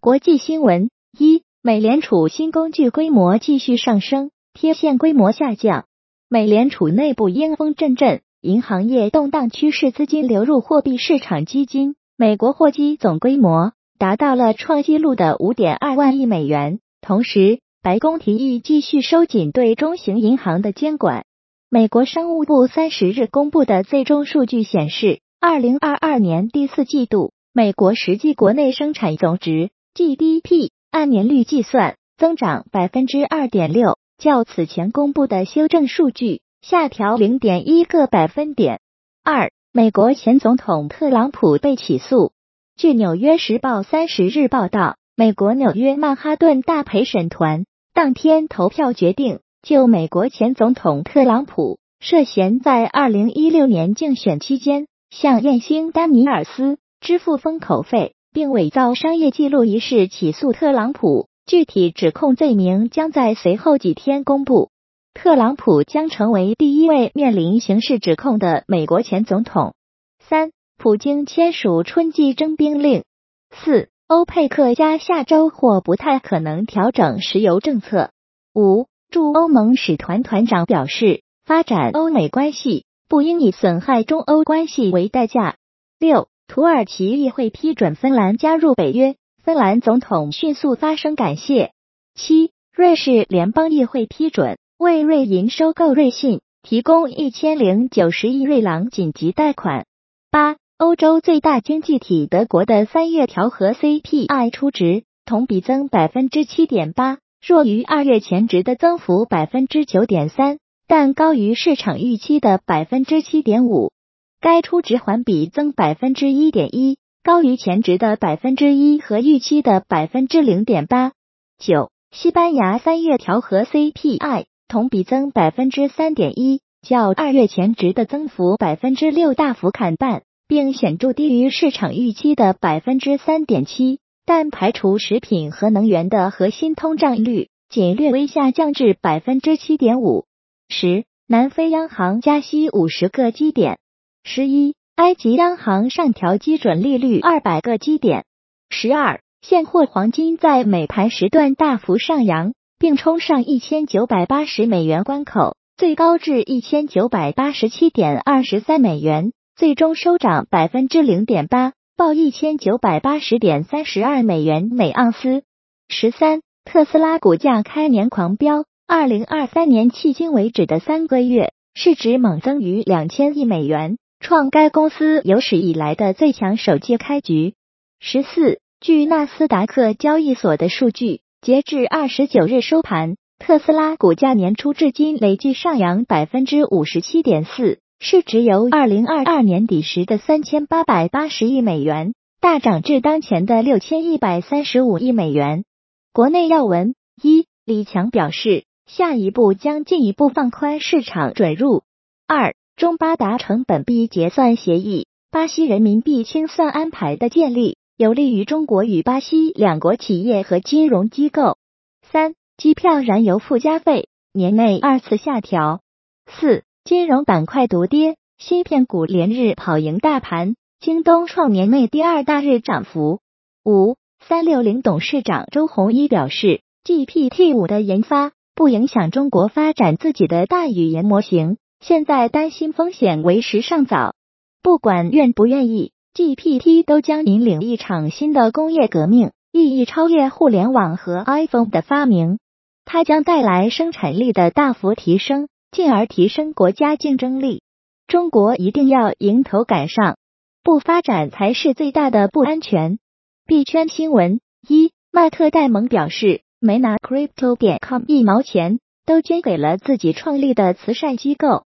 国际新闻：一、美联储新工具规模继续上升，贴现规模下降。美联储内部阴风阵阵，银行业动荡趋势资金流入货币市场基金，美国货基总规模达到了创纪录的 5.2 万亿美元。同时，白宫提议继续收紧对中型银行的监管。美国商务部30日公布的最终数据显示，2022年第四季度，美国实际国内生产总值 GDP 按年率计算增长 2.6%， 较此前公布的修正数据下调 0.1个百分点。二、美国前总统特朗普被起诉。据纽约时报30日报道，美国纽约曼哈顿大陪审团当天投票决定，就美国前总统特朗普涉嫌在2016年竞选期间向艳星丹尼尔斯支付封口费，并伪造商业记录一事起诉特朗普，具体指控罪名将在随后几天公布。特朗普将成为第一位面临刑事指控的美国前总统。三、普京签署春季征兵令。四、欧佩克加下周或不太可能调整石油政策。五、驻欧盟使团团长表示，发展欧美关系不应以损害中欧关系为代价。六、土耳其议会批准芬兰加入北约，芬兰总统迅速发声感谢。七、瑞士联邦议会批准为瑞银收购瑞信提供1090亿瑞郎紧急贷款。八、欧洲最大经济体德国的3月调和 CPI 初值同比增 7.8%， 弱于2月前值的增幅 9.3%， 但高于市场预期的 7.5%。该初值环比增 1.1%， 高于前值的 1% 和预期的 0.8%。九、西班牙3月调和 CPI 同比增 3.1%， 较2月前值的增幅 6% 大幅砍半，并显著低于市场预期的 3.7%， 但排除食品和能源的核心通胀率仅略微下降至 7.5%。十、南非央行加息50个基点。11、埃及央行上调基准利率200个基点。12、现货黄金在美盘时段大幅上扬，并冲上1980美元关口，最高至 1987.23 美元，最终收涨 0.8%， 报 1980.32 美元每盎司。13、特斯拉股价开年狂飙，2023年迄今为止的3个月，市值猛增逾2000亿美元，创该公司有史以来的最强首季开局。14、据纳斯达克交易所的数据，截至29日收盘，特斯拉股价年初至今累计上扬 57.4%， 市值由2022年底时的3880亿美元大涨至当前的6135亿美元。国内要闻：一、李强表示，下一步将进一步放宽市场准入。二、中巴达成本币结算协议，巴西人民币清算安排的建立，有利于中国与巴西两国企业和金融机构。三、机票燃油附加费年内2次下调。四、金融板块独跌，芯片股连日跑赢大盘，京东创年内第2大日涨幅。五、360董事长周鸿祎表示， GPT-5 的研发不影响中国发展自己的大语言模型，现在担心风险为时尚早。不管愿不愿意， GPT 都将引领一场新的工业革命，意义超越互联网和 iPhone 的发明。它将带来生产力的大幅提升，进而提升国家竞争力。中国一定要迎头赶上，不发展才是最大的不安全。币圈新闻：一、麦特戴蒙表示，没拿 Crypto.com 1毛钱，都捐给了自己创立的慈善机构。